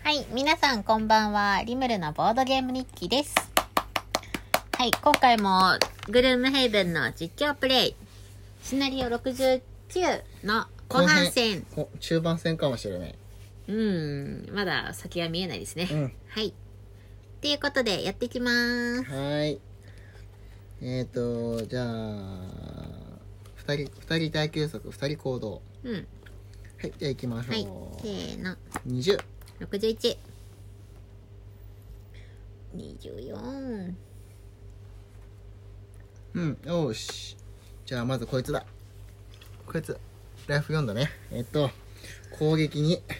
はい、皆さんこんばんは。リムルのボードゲーム日記です。はい、今回もグルームヘイブンの実況プレイシナリオ69の後半戦。 中盤戦かもしれない。 まだ先は見えないですね。 うん。 はい。っていうことでやっていきまーす。 はい。じゃあ2人大休息、2人行動。 うん。 はい、じゃあ行きましょう。 はい、せーの。 20。 61。24。 よし。じゃあまずこいつだ。こいつライフ4だね。攻撃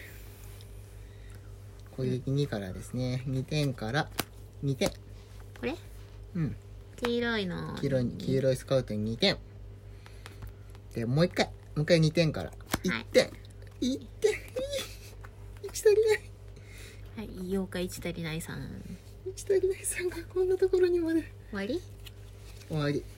2からですね。2点から2点。 これ？黄色いスカウトに2点。でもう一回2点から1点、はい、1点1足りない。 はい、妖怪1足りないさん。 1足りないさんがこんなところにまで。 終わり。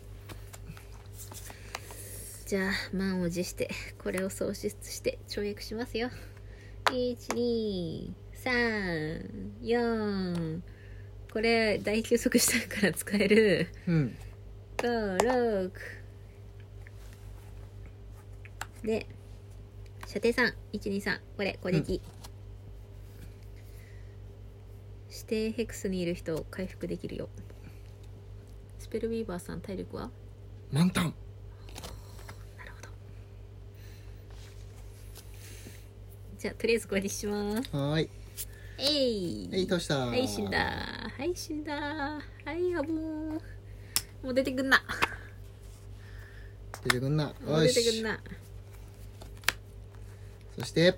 じゃあ満を持してこれを喪失して跳躍しますよ。12344。これ大休息したから使える。56で射程3123。これ攻撃、指定ヘクスにいる人回復できるよ。スペルビーバーさん体力は満タン。 なるほど。じゃあとりあえずこれにします。 はい。倒した。 はい死んだ。はいやぼー。もう出てくんな。 出てくんな。そして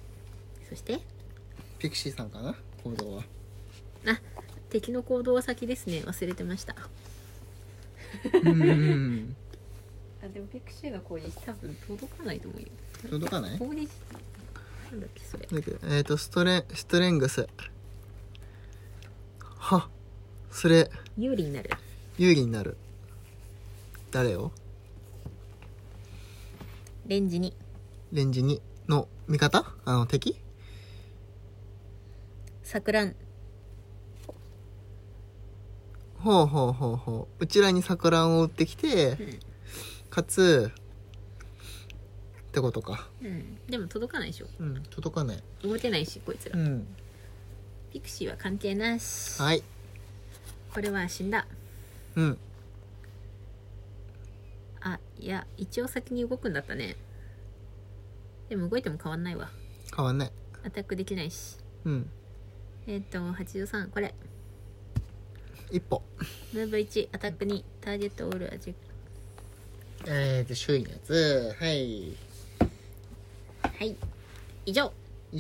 ピクシーさんかな、行動は。 敵の行動は先ですね。忘れてました。でもピクシーの攻撃多分届かないと思うよ。 届かない？ 攻撃なんだっけそれ。 ストレングス。は、それ有利になる。 誰を？ レンジ2 の味方？敵？ 錯乱。 ほう。うちらに錯乱を打ってきて、かつってことか。 でも届かないでしょ。 届かない。 動けないしこいつら。ピクシーは関係なし。 はい。 これは死んだ。いや一応先に動くんだったね。でも動いても変わんないわ。 変わんない。 アタックできないし。83。これ一歩。 ムーブ1、アタック2、ターゲットオールアジェ周囲のやつ。はい、 以上。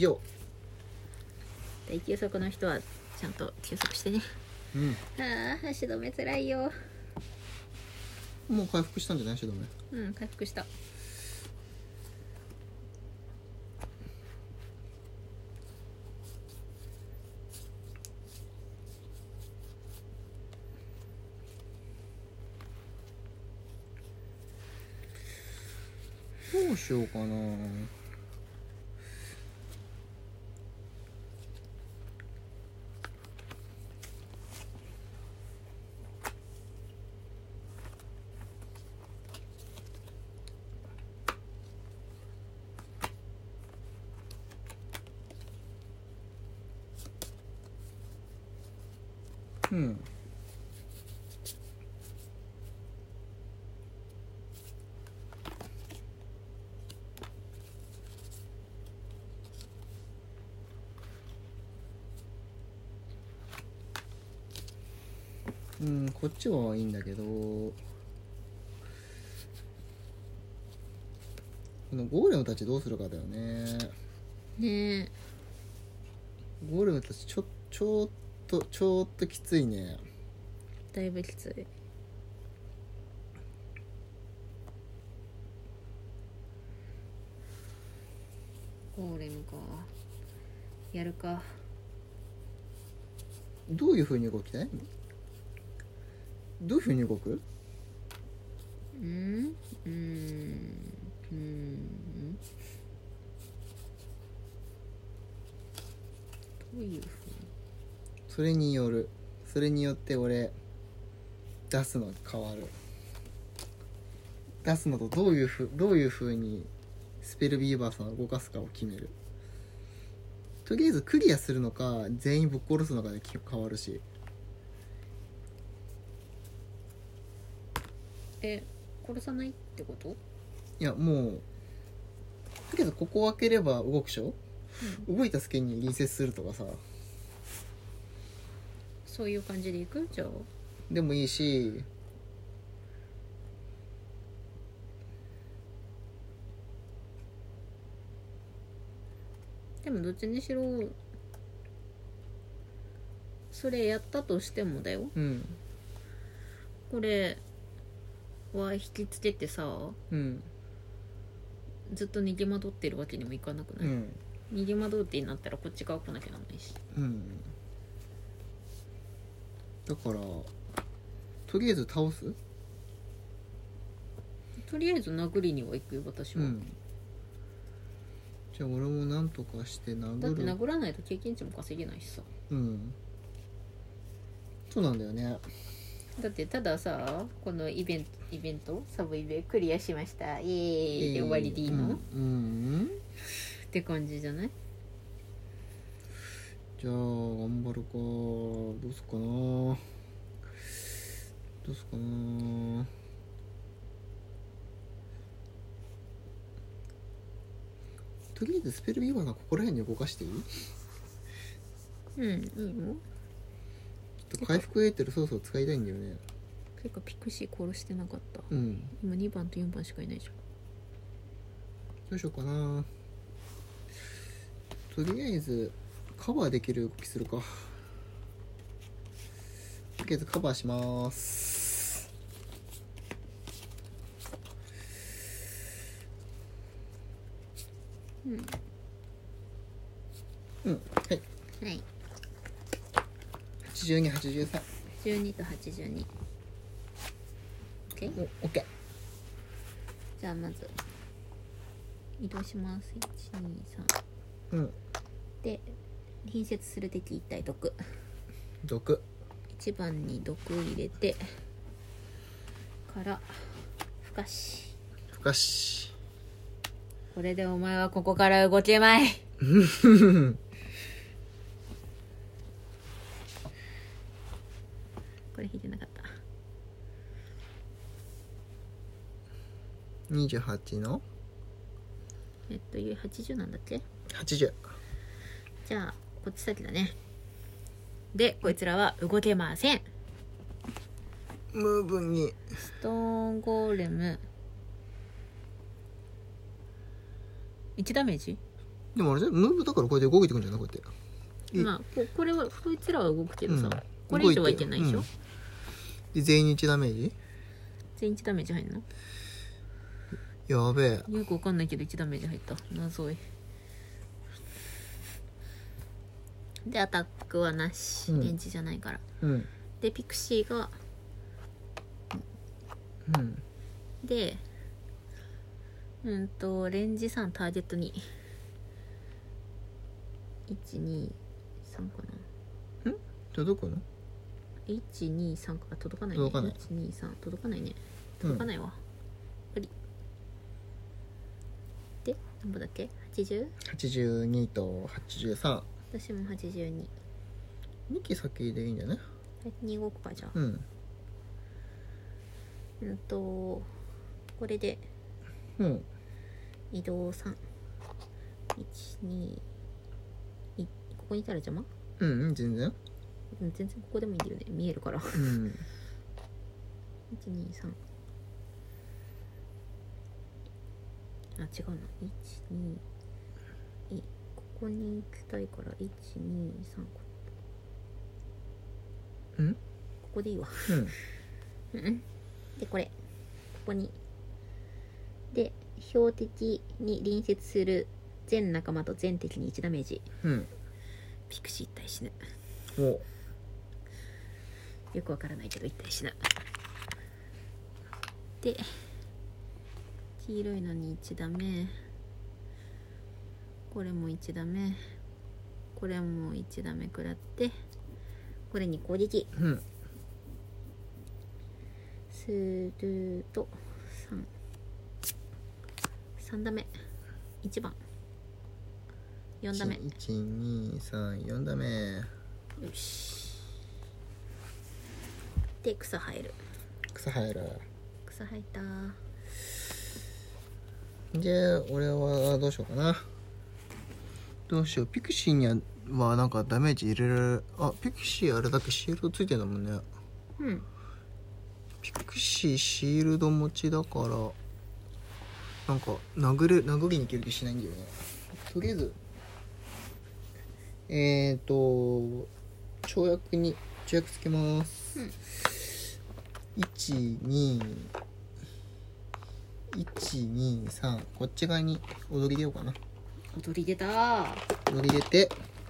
大休息の人はちゃんと休息してね。足止めつらいよ。 もう回復したんじゃない？足止め。 回復した。 どうしようかな。こっちはいいんだけど、このゴーレムたちどうするかだよね。ゴーレムたちちょっときついね。 だいぶきつい。ゴーレムか。やるか。 どういう風に動きたい？どういう風に動く？ ういうふうに。 それによって俺出すのが変わる。出すのとどういうふうにスペルビーバーさんを動かすかを決める。とりあえずクリアするのか全員ぶっ殺すのかで変わるし。 殺さないってこと？ いやもうとりあえずここを開ければ動くでしょ、動いた隙に隣接するとかさ、 そういう感じでいく？じゃあでもいいし、 でもどっちにしろそれやったとしてもだよ、これは引きつけてさ、ずっと逃げ惑ってるわけにもいかなくない？逃げ惑ってになったらこっち側来なきゃなんないし、 だからとりあえず倒す。 とりあえず殴りには行くよ私は、 じゃあ俺もなんとかして殴る。 だって殴らないと経験値も稼げないしさ。 そうなんだよね。 だってたださ、このイベントサブイベクリアしましたイエーイで終わりでいいの？って感じじゃない？ じゃあ頑張るか。どうすかな。とりあえずスペルビーバーがここら辺に動かしていい？ いいの？ ちょっと回復エーテルそろそろ使いたいんだよね。 結構ピクシー殺してなかった、今2番と4番しかいないじゃん。 どうしようかな。とりあえずカバーできる動きするか。とりあえずカバーします。はい、82、83、 12と82。 OK？ OK。 じゃあまず移動します。123、で隣接する敵1体毒1番に毒入れてからふかし。これでお前はここから動けまい。これ引いてなかった。 28の 80なんだっけ ？80。 じゃあこっち先だね。でこいつらは動けません。 ムーブにストーンゴーレム1ダメージ。 でもあれじゃムーブだからこれで動いてくんじゃなくて、 まあこれはこいつらは動くけどさ、これ以上はいけないでしょ、 で全員1ダメージ。 全員1ダメージ入んの？ やべえ。 よくわかんないけど1ダメージ入った。謎い。でアタックはなし、レンジじゃないから。でピクシーがでレンジ3ターゲットに123かな。 届くの 123か届かないね。 届かない。 123届かないね。届かないわ。無理。で何ぼだっけ？ 80？ 82と83。 私も82。 2機先でいいんじゃない ？2動くかじゃあ。これで移動3、1、2、ここにいたら邪魔？ 全然全然ここでもいいんだよね、見えるから。1、2、3。あ、違うな。1、2、ここに行きたいから1、2、3。ここでいいわ。でこれここにで標的に隣接する全仲間と全敵に1ダメージ。ピクシー1体死ぬ。よくわからないけど1体死ぬ。で黄色いのに1ダメ、これも1ダメ、 これも1ダメ食らって、これに攻撃うんすると3ダメ、1番4ダメ。 123、4ダメ。 よし。で草生える。 草生える。 草生えた。 で俺はどうしようかな。どうしよう。ピクシーにはなんかダメージ入れられる。あ、ピクシーあれだけシールドついてんだもんね。 うん。 ピクシーシールド持ちだからなんか殴りにいける気しないんだよね。とりあえず跳躍つけます、うん、123こっち側に踊り出ようかな。 踊り出た。 踊り出て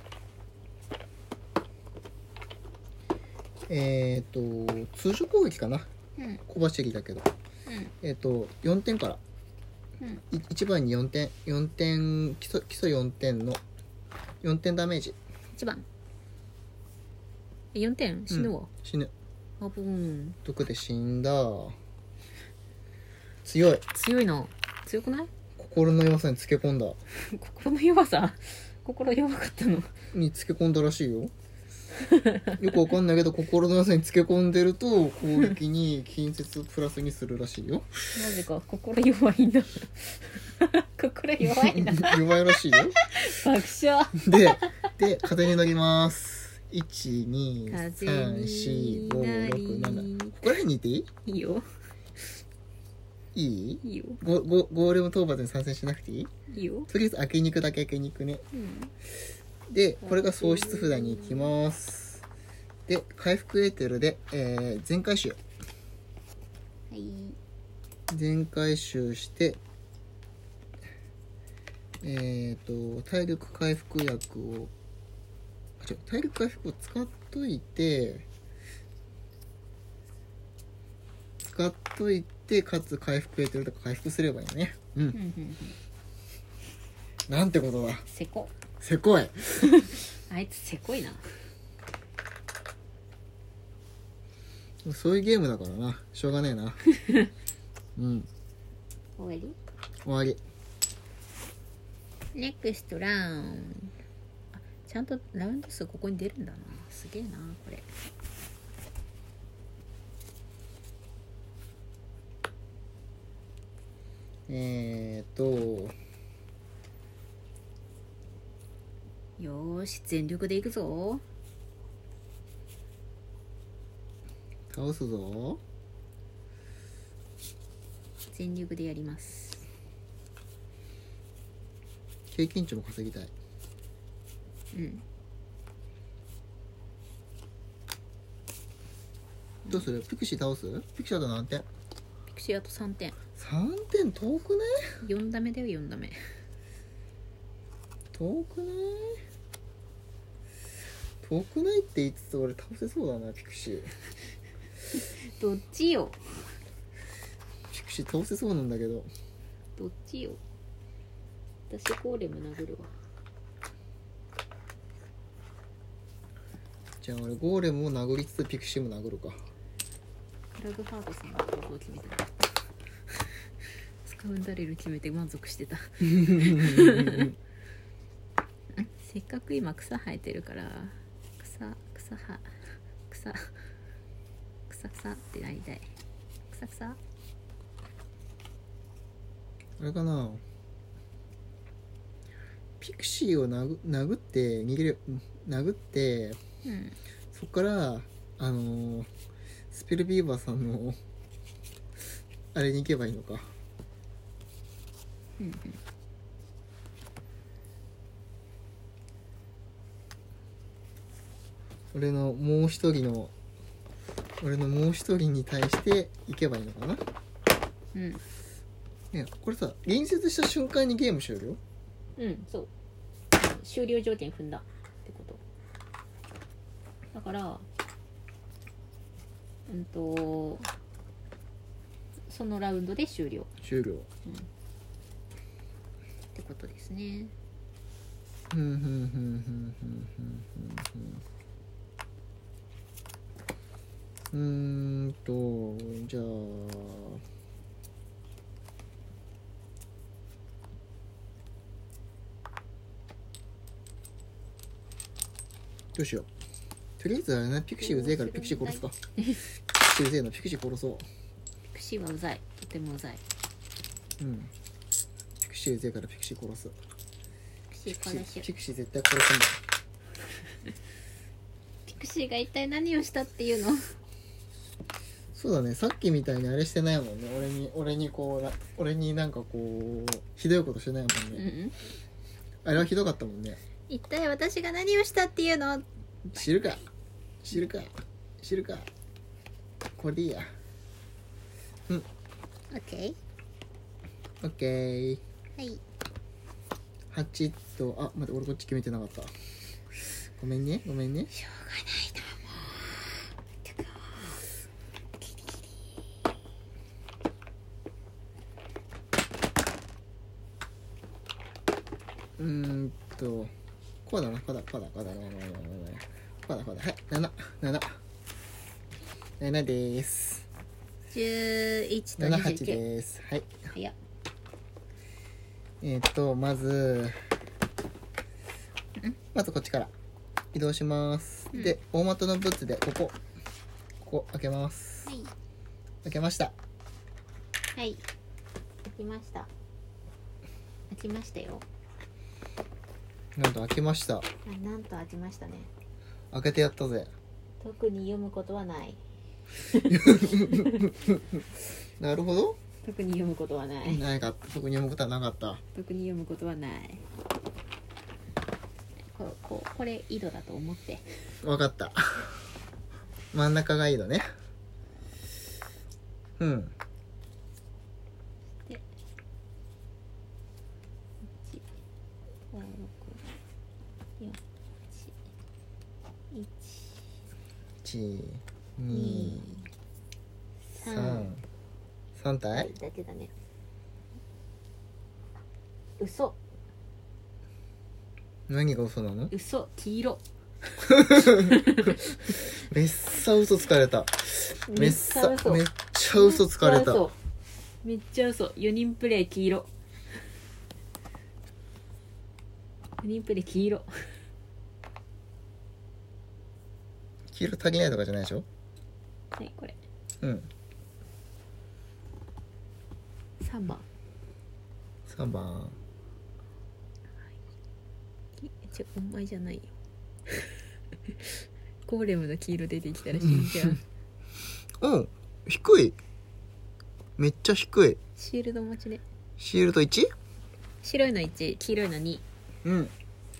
通常攻撃かな、うん、小走りだけど、うん、4点から、うん、1番に4点基礎4点の4点ダメージ。 1番4点死ぬわ、 うん、死ぬ。 あぶん毒で死んだ。強いな。強くない？ 心の弱さにつけ込んだ。 心の弱さ？心弱かったのにつけ込んだらしいよ。よくわかんないけど心の弱さにつけ込んでると攻撃に近接プラスにするらしいよ。 マジか。心弱いんだ心弱いんだ弱いらしいよ。 爆笑で風に乗ります。1234567ここら辺にいていい？ いいよ。 いいよ。 ゴーレム討伐に参戦しなくていい？ いいよ。 とりあえず開け肉だけ開け肉ね、うん、でこれが喪失札に行きます。で回復エーテルで、全回収。はい。全回収して体力回復薬を体力回復を使っといてかつ回復エーテルとか回復すればいいね。うん。なんてことだ。せこいあいつせこいな。 そういうゲームだからな、しょうがねえなうん。終わり。 ネクストラウンド。ちゃんとラウンド数ここに出るんだな。すげえなこれ。よーし全力でいくぞ。 倒すぞ。 全力でやります。 経験値も稼ぎたい。うん。どうする？ピクシー倒す？ピクシーあと何点？ ピクシーあと3点。 3点遠くね ？4ダメだよ4ダメ。 遠くないって言いつつ俺倒せそうだなピクシーどっちよ。 ピクシー倒せそうなんだけど。 どっちよ。私ゴーレム殴るわ。 じゃあ俺ゴーレムを殴りつつピクシーも殴るか。 ラグハードさんが行動を決めた。スカウンダレル決めて満足してたせっかく今草生えてるから草ってなりたい。草あれかな、ピクシーを殴って逃げる、殴って、うん、そっからスペルビーバーさんのあれに行けばいいのか。うんうん。俺のもう一人に対して行けばいいのかな。うん。ね、これさ隣接した瞬間にゲーム終了？ うん、そう。終了条件踏んだってこと。だからそのラウンドで終了。うん、ってことですね。 じゃあどうしよう。とりあえずあれな、ピクシーうぜえからピクシー殺すか。ピクシーうぜえな、ピクシー殺そう。 ピクシーはうざい。とてもうざい。 うん。ピクシーうぜえからピクシー殺す。 ピクシー殺しよう。 ピクシー絶対殺すんだ。 ピクシーが一体何をしたっていうの？ そうだね、さっきみたいにあれしてないもんね。俺になんかこうひどいことしてないもんね。あれはひどかったもんね。 一体私が何をしたっていうの？ 知るかこれでいいや。 オッケー。 はい。 8と待って俺こっち決めてなかった。ごめんね。 しょうがないな、もこうだな。はい、7です。 11と 78 29。 です。はい。 早っ。 まずこっちから移動します。で、大的のブツでここ開けます。 はい。 開けました。 はい。開きました。開きましたよ。 なんと開けました。 なんと開きましたね。 開けてやったぜ。 特に読むことはない。 なるほど。 特に読むことはない。 ないか。特に読むことはなかった。 特に読むことはない。これ井戸だと思って。 わかった。真ん中がいいのね。うん。 で、1、5、6、4、1、2、 3体だけだね。嘘。 何が嘘なの？ 嘘、黄色。 めっさ嘘つかれた。めっちゃ嘘つかれた。 めっちゃ嘘。4人プレイ黄色。4人プレイ黄色。 黄色足りないとかじゃないでしょ？ はい、これ。 うん。 3番。 3番。 お前じゃないよ。ゴーレムの黄色出てきたら死んじゃう。 うん、低い。めっちゃ低い。 シールド持ちで。 シールド 1？ 白いの1、黄色いの2。 うん。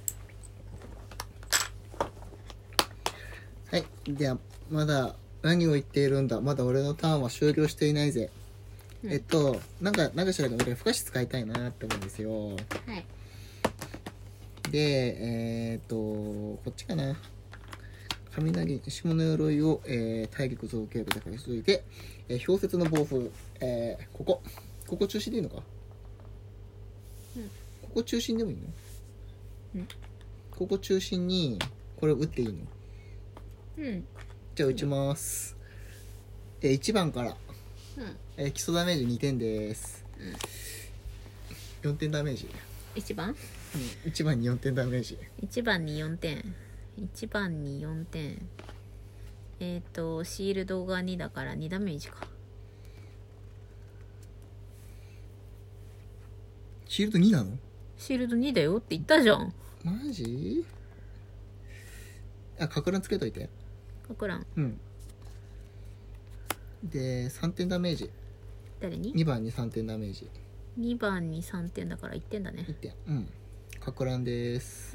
はい。ではまだ何を言っているんだ。まだ俺のターンは終了していないぜ。なんかしらが俺不可視使いたいなって思うんですよ。 はい。 で、こっちかな。雷、下の鎧を、大陸造形部で書き続いて、氷雪の暴風、ここ中心でいいのか？ここ中心でもいいの？ここ中心に、これ打っていいの？じゃあ打ちます。1番から、基礎ダメージ2点です。4点ダメージ。 1番 ？1番に4点ダメージ。 1番に4点。1番に4点。シールドが2だから2ダメージか。 シールド2なの？ シールド2だよって言ったじゃん。 マジ？かく乱つけといて。 かく乱。 で、3点ダメージ。 誰に？ 2番に3点ダメージ。 2番に3点だから1点だね。 1点。かく乱です。 はい。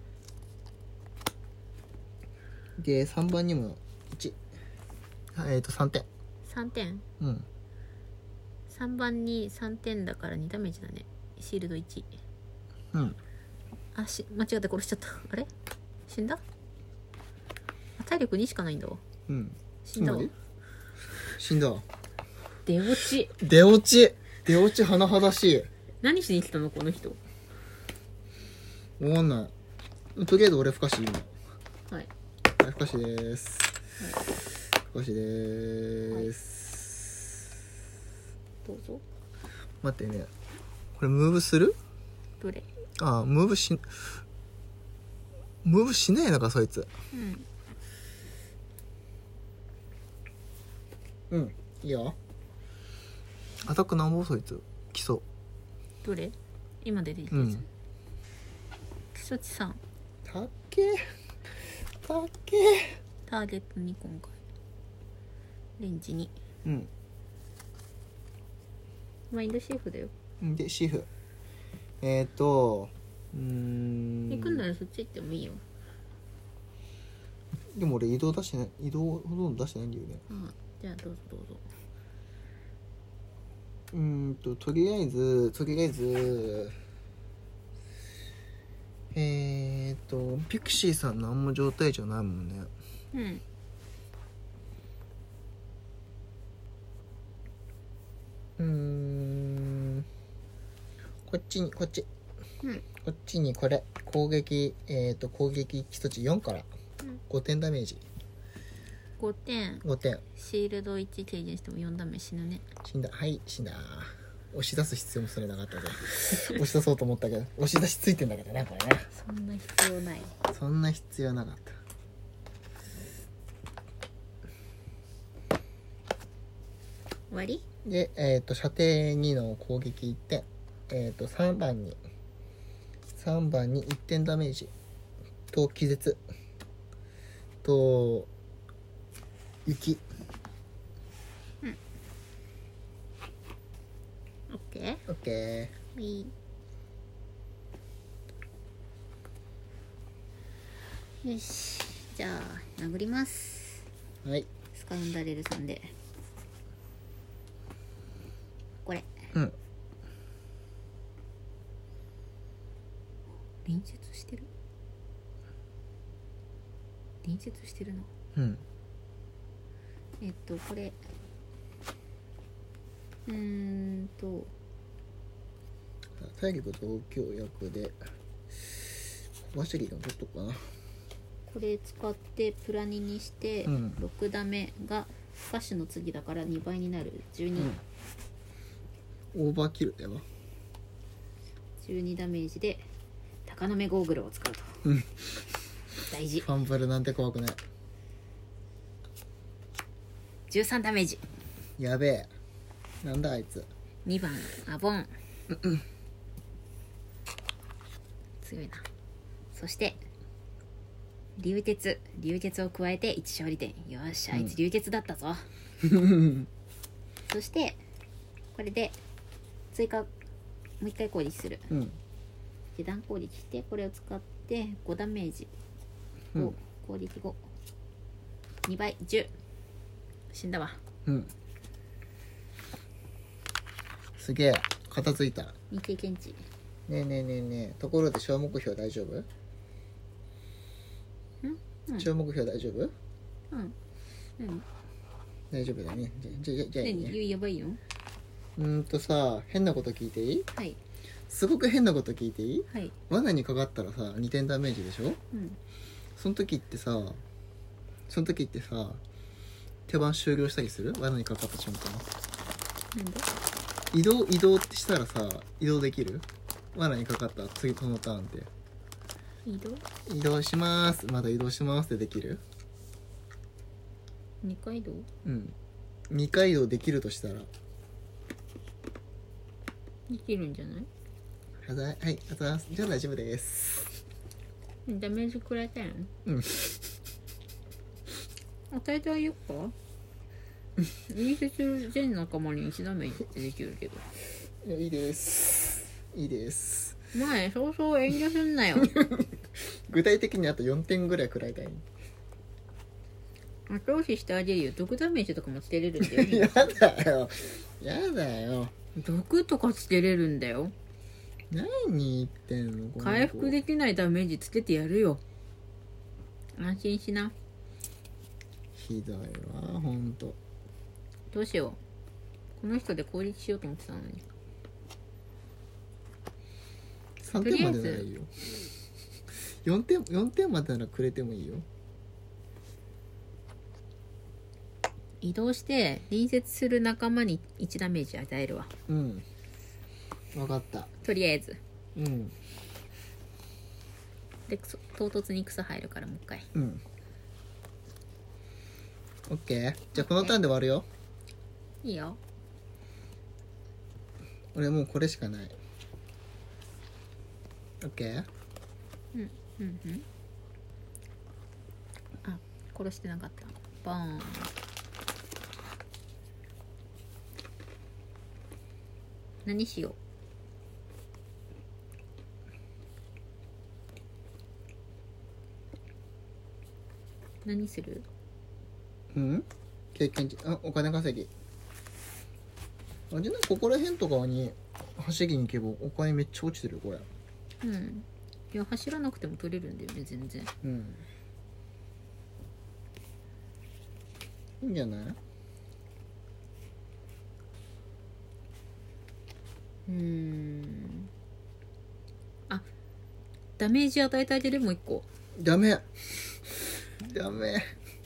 で、3番にも1。3点。 3点？3番に3点だから2ダメージだね。シールド1。間違って殺しちゃった。あれ？死んだ？体力2しかないんだわ。死んだわ。 死んだ。 出落ち甚だしい。 何しに来たのこの人。 わかんない。とりあえず俺不可視今。 はい。 不可視です。 少しです、 どうぞ。 待ってね、これムーブする？ どれ？ ああ、ムーブしないのかそいつ。いいよ。アタックなんぼそいつ基礎。 どれ？今出てきたやつ。基礎値3。 たっけターゲット2今回。レンジ2。マインドシーフだよ。 でシーフ行くんならそっち行ってもいいよ。 でも俺移動ほとんど出してないんだよね。 じゃあどうぞどうぞ。 とりあえずピクシーさんのあんま状態じゃないもんね。こっちにこれ攻撃基礎値4から5点ダメージ。 5点。シールド1軽減しても4ダメ死ぬね。 死んだ。押し出す必要もそれなかったで押し出そうと思ったけど押し出しついてんだけどねこれね。 そんな必要ない。 そんな必要なかった。 終わりで射程2の攻撃1点3番に1点ダメージと気絶と雪。オッケー。 よし、じゃあ殴ります。 はい。 スカウンダレルさんでこれ。隣接してるな。これ体力増強薬で小走りの取っとくかな。 これ使ってプラ2にして6ダメがスカッシュの次だから2倍になる12、 オーバーキルだよ。 12ダメージで鷹の目ゴーグルを使うと、大事。 ファンブルなんて怖くない。 13ダメージ。 やべえ。なんだあいつ。 2番アボン強いな。そして流血を加えて1勝利点。よっしゃ、あいつ流血だったぞ。そしてこれで追加もう1回攻撃する。下段攻撃してこれを使って5ダメージを攻撃後2倍10。死んだわ。 すげえ片付いた。 日経検知。 ねえところで小目標大丈夫？小目標大丈夫？大丈夫だね。じゃあいいね。 やばいよ。 さ、変なこと聞いていい？ はい。 すごく変なこと聞いていい？ はい。 罠にかかったらさ2点ダメージでしょ？その時ってさ手番終了したりする？罠にかかった瞬間。 なんで？ 移動ってしたらさ移動できる？罠にかかった次このターンって移動しますまだ移動しますってできる ？2回移動 ？2回移動できるとしたらできるんじゃない？ はい、ありがとうございます。じゃあ大丈夫です。 ダメージ食らえたやん。与えてあげよっか。隣接する全仲間に1ダメージってできるけど。 いいです前そうそう遠慮すんなよ。 具体的にあと4点ぐらい食らいたい。 後押ししてあげるよ。毒ダメージとかもつけれるんだよ。 やだよ。 毒とかつけれるんだよ。 何言ってんの？ 回復できないダメージつけてやるよ。安心しな。 ひどいわほんと。 どうしよう。この人で攻撃しようと思ってたのに。 3点までならいいよ。4点までならくれてもいいよ。 移動して隣接する仲間に1ダメージ与えるわ。 うん。わかった。 とりあえず。 うん。 で、唐突に草生えるからもう一回。 うん。オッケー。じゃあこのターンで終わるよ。 いいよ。 俺もうこれしかない。オッケー。 うんうんうん。あ、殺してなかった。ボーン。何しよう。何する？ うん？経験値。あ、お金稼ぎ。あ、じゃあここら辺とかに走りに行けばお金めっちゃ落ちてるよこれ。 うん。いや、走らなくても取れるんだよね、全然。 うん。いいんじゃない？ あ、ダメージ与えてあげるもう一個。 ダメ。ダメ。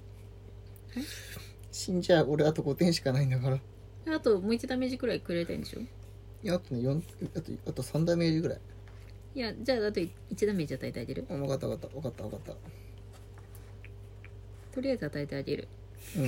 死んじゃう。俺あと5点しかないんだから。 あともう1ダメージくらいくれたいんでしょ？ いや、あとね、あと3ダメージぐらい。 いや、じゃああと1ダメージ与えてあげる。 分かった分かった分かった分かった。 とりあえず与えてあげる。 うん。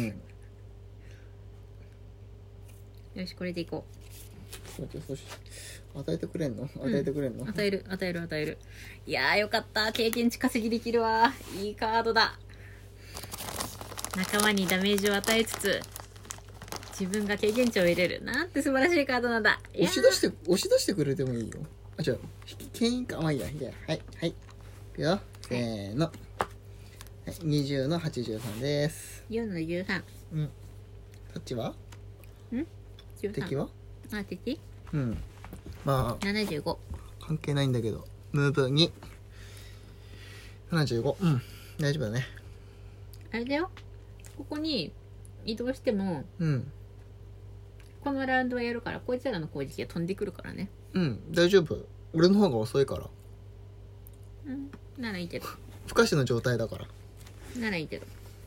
よし、これでいこそうし与えてくれんの？与えてくれんの？ 与える。いやーよかった。経験値稼ぎできるわ。いいカードだ。仲間にダメージを与えつつ自分が経験値を入れる。なんて素晴らしいカードなんだ。 押し出してくれてもいいよ。あ、違う。牽引か。まあいいや。はいはい。いくよ。せーの。はい、20の83です。 4の13。 うん。タッチは？敵は？ あ、敵？ うん。まあ 75。 関係ないんだけど。ムーブ2。75。うん。大丈夫だね。 あれだよ。ここに移動しても、 うん。 このラウンドはやるから、こいつらの攻撃が飛んでくるからね。 うん、大丈夫。俺の方が遅いから。 うん。ならいいけど。 不可視の状態だから。 ならいいけど。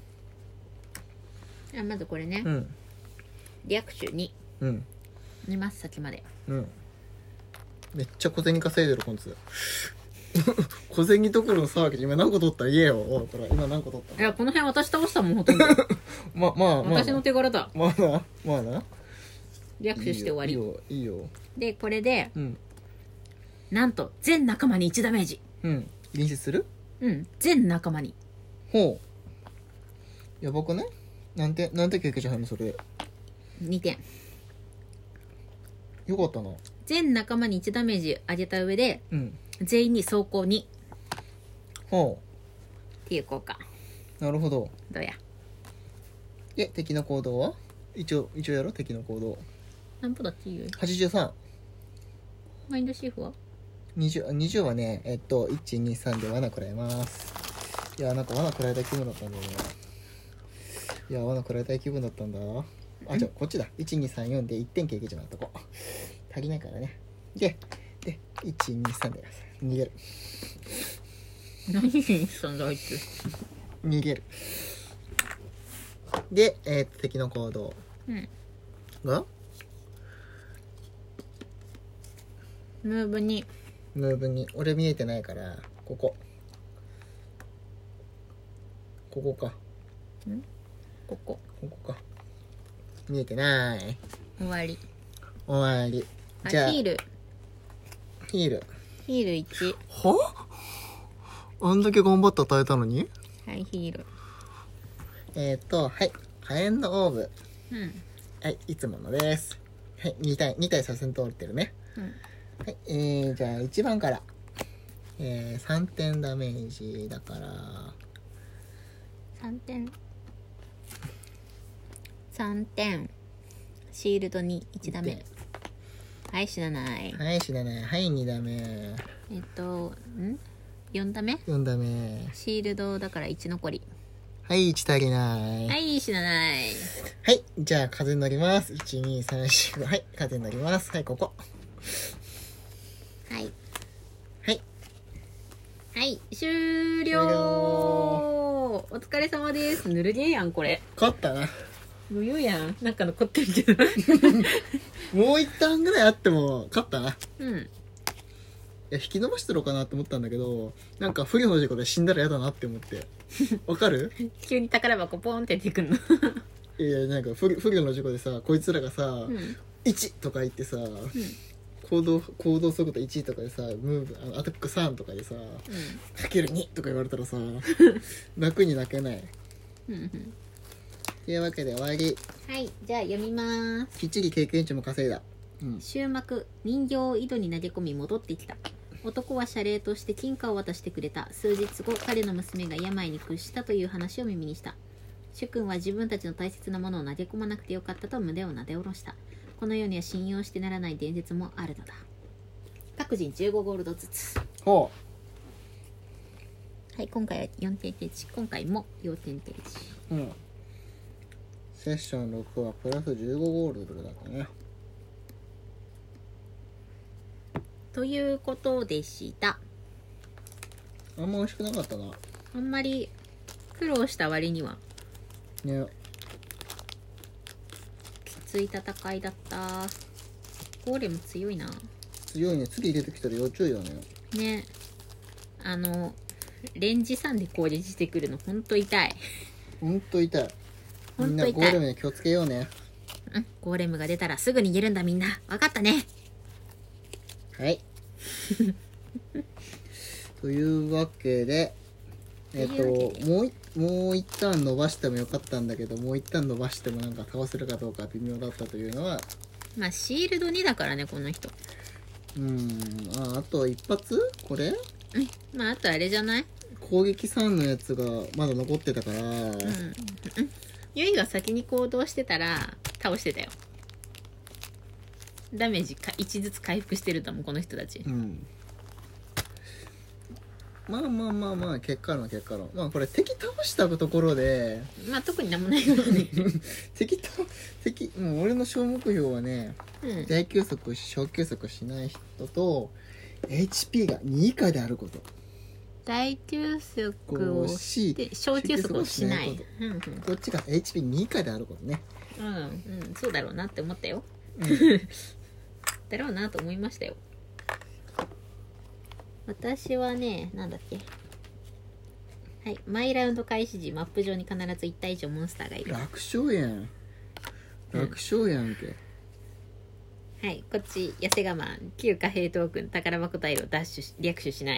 あ、まずこれね。 うん。 リアクション2。 うん。 2マス先まで。 うん。めっちゃ小銭稼いでるこいつ。小銭どころの騒ぎで今何個取った？言えよ。おい、これ今何個取った？ いや、この辺私倒したもん、ほとんど。 まあ私の手柄だ。 まあなリアクションして終わり。 いいよ。 で、これで、 うん。 なんと全仲間に1ダメージ。 うん。隣接する？ うん、全仲間に。 ほう。やばくね？なんて経験値入るのそれ。 2点。 よかったな。 全仲間に1ダメージ上げた上で、 うん。 全員に走行2っほていう効果。 う。なるほど。 どうや？ で、敵の行動は？一応やろ、敵の行動。 何歩だっていう？ 83。 マインドシーフは 20はね、1、2、3で罠食らいます。いや、なんか罠食らいたい気分だったんだよね。いや、罠食らいたい気分だったんだ。あ、じゃあこっちだ。1、2、3、4で1点経験値のとこ。足りないからね。で、1、2、3で逃げる。 何しにしたんだあいつ。 逃げる。で、敵の行動が、 ムーブに俺見えてないからここか。 ここか。見えてない。 終わり。 じゃあヒール1。 は？あんだけ頑張って与えたのに？ はい、ヒール。 はい。火炎のオーブ。 うん。 はい、いつものです。はい、2体左遷通ってるね。 うん。 はい、じゃあ1番から。3点ダメージだから。 3点。シールドに1ダメ。はい、死なない。 はい、2ダメ。 4ダメ？ 4ダメ。 シールドだから1残り。 はい、1足りない。 はい、死なない。 はい、じゃあ風に乗ります。1、2、3、4、5。はい、風に乗ります。はい、ここ。 はい、終了。お疲れ様です。ぬるゲーやん、これ。 勝ったな。 無用やん。なんか残ってるけど。 もう一ターンぐらいあっても勝ったな。いうん。 や、引き伸ばしてろうかなって思ったんだけど、なんか不慮の事故で死んだら嫌だなって思って。わかる？ 急に宝箱ポンって出てくんの。 いや、なんか不慮の事故でさ、こいつらがさ、 うん 1とか言ってさ、行動速度1とかでさ、ムーブアタック3とかでさ、かける2とか言われたらさ、楽に泣けない。 うんうん。 というわけで終わり。 はい、じゃあ読みます。 きっちり経験値も稼いだ。 終幕、人形を井戸に投げ込み戻ってきた。男は謝礼として金貨を渡してくれた。数日後、彼の娘が病に屈したという話を耳にした。主君は自分たちの大切なものを投げ込まなくてよかったと胸をなで下ろした。この世には信用してならない伝説もあるのだ。各人15ゴールドずつ。 ほはい、今回は4点停止。今回も4点停止。 う。セッション6はプラス15ゴールドだったね。 ということでした。 あんま美味しくなかったな。 あんまり苦労した割にはね。 きつい戦いだった。ゴーレム強いな。 強いね。次出てきたら要注意だね。 ね。レンジ3で攻撃してくるのほんと痛い。 ほんと痛い。みんほんと痛い。 なゴーレムに気をつけようね。 うん、ゴーレムが出たらすぐ逃げるんだみんな。わかったね。 はい。というわけで、もう一旦伸ばしてもよかったんだけど、もう一旦伸ばしてもなんか倒せるかどうか微妙だったというのは、 まあシールド2だからねこの人。 あと一発これまああとあれじゃない？ 攻撃3のやつがまだ残ってたから、 ユイが先に行動してたら倒してたよ。ダメージ1ずつ回復してるんだもんこの人たち。 まあ結果論。まあこれ敵倒したところで、 まあ特になんもないからね。 もう俺の小目標はね、大休息小休息しない人と HP が2以下であること。 大休息をして小休息をしない。 こっちが HP2 以下であることね。 そうだろうなって思ったよ。だろうなと思いましたよ。私はね、なんだっけ。はい、マイラウンド開始時マップ上に必ず1体以上モンスターがいる。 楽勝やんけ。 はい、こっち痩せ我慢旧貨幣トークン宝箱タイルを略取しない。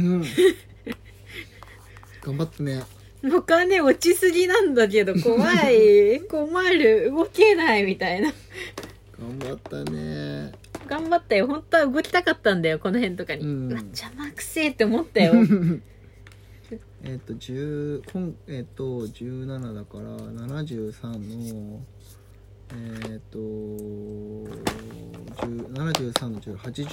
頑張ってね。 お金落ちすぎなんだけど怖い。困る、動けないみたいな。 頑張ったね。 頑張ったよ。本当は動きたかったんだよこの辺とかに。うわ邪魔くせえって思ったよ。 17だから73の73の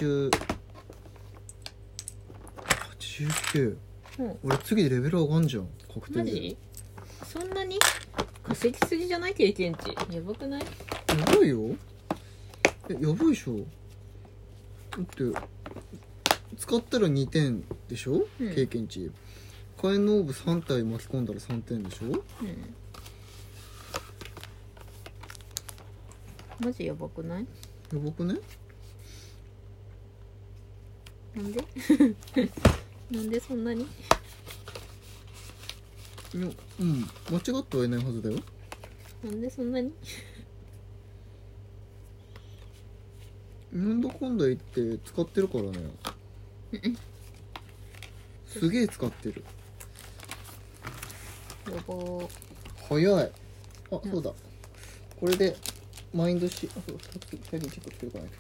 1089。俺次でレベル上がんじゃん確定で。 マジ？そんなに稼ぎすぎじゃない？経験値やばくない？ やばいよ。やばいでしょ。だって使ったら2点でしょ、経験値。火炎のオーブ3体巻き込んだら3点でしょ。 マジやばくない？ やばくね？ なんで？なんでそんなに？ 間違ってはいないはずだよ。 なんでそんなに？ なんだかんだ言って使ってるからね。すげえ使ってる。 やばー。 早い。そうだ。これでマインド先にチェックしておかないと。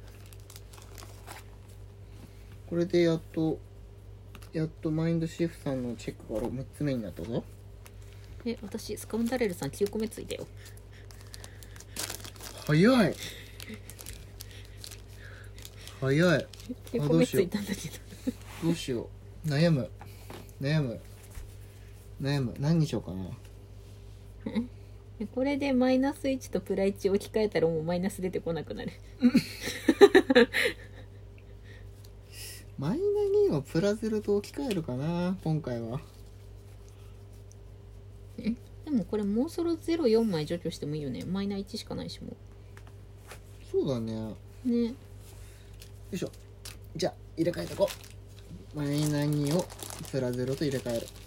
これでやっとマインドシフさんのチェックが6つ目になったぞ。 私スカウンタレルさん9個目ついたよ。 早い。 9個目ついたんだけど。 どうしよう。悩む。何にしようかな。 これでマイナス1とプラ1置き換えたらもうマイナス出てこなくなる。 マイナ2をプラ0と置き換えるかな今回は。 でもこれもうそろ0、4枚除去してもいいよね。マイナー1しかないしもそうだね。よね。 いしょ。じゃあ入れ替えとこう。マイナー2をプラ0と入れ替える。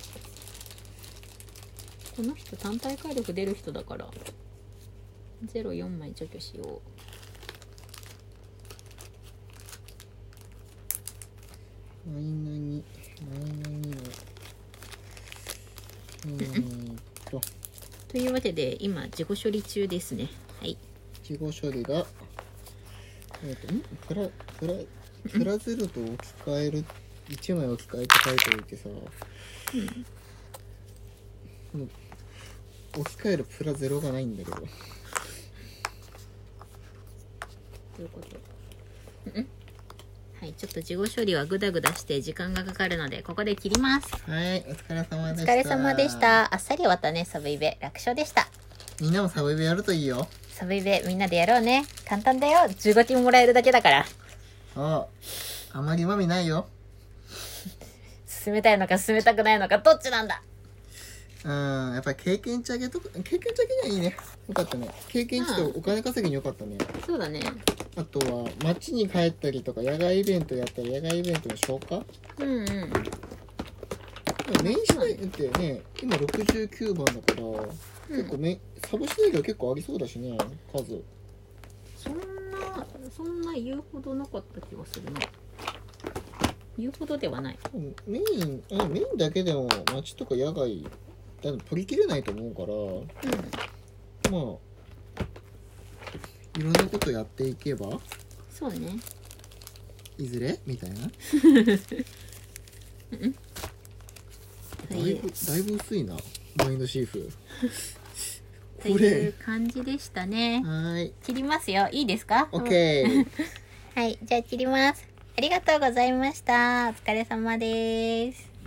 この人単体火力出る人だから0、4枚除去しよマイナー2のというわけで今自己処理中ですね。はい。 自己処理がプラ0と置き換える1枚置き換えって書いておいてさ、置き換えるプラ0がないんだけど。 どういうこと？はい、ちょっと事後処理はグダグダして時間がかかるのでここで切ります。 はい、お疲れ様でした。 お疲れ様でした。あっさり終わったね。サブイベ楽勝でした。 みんなもサブイベやるといいよ。 サブイベみんなでやろうね。簡単だよ。15金もらえるだけだから。 あまりうまみないよ。 進めたいのか進めたくないのかどっちなんだ。 やっぱり経験値上げとか、経験値上げがいいね。よかったね。経験値とお金稼ぎによかったね。 そうだね。 あとは街に帰ったりとか野外イベントやったら野外イベントの消化。メイン次第ってね、今69番だから、結構サブ次第が結構ありそうだしね、数。 そんな言うほどなかった気がするな。言うほどではない。 メインだけでも街とか野外取り切れないと思うから、まあいろんなことやっていけば、 そうね。 いずれみたいな。だいぶ薄いなマインドシーフ。 という感じでしたね。 はい。 切りますよ。いいですか？ OK。 はい、じゃあ切ります。ありがとうございました。お疲れ様です。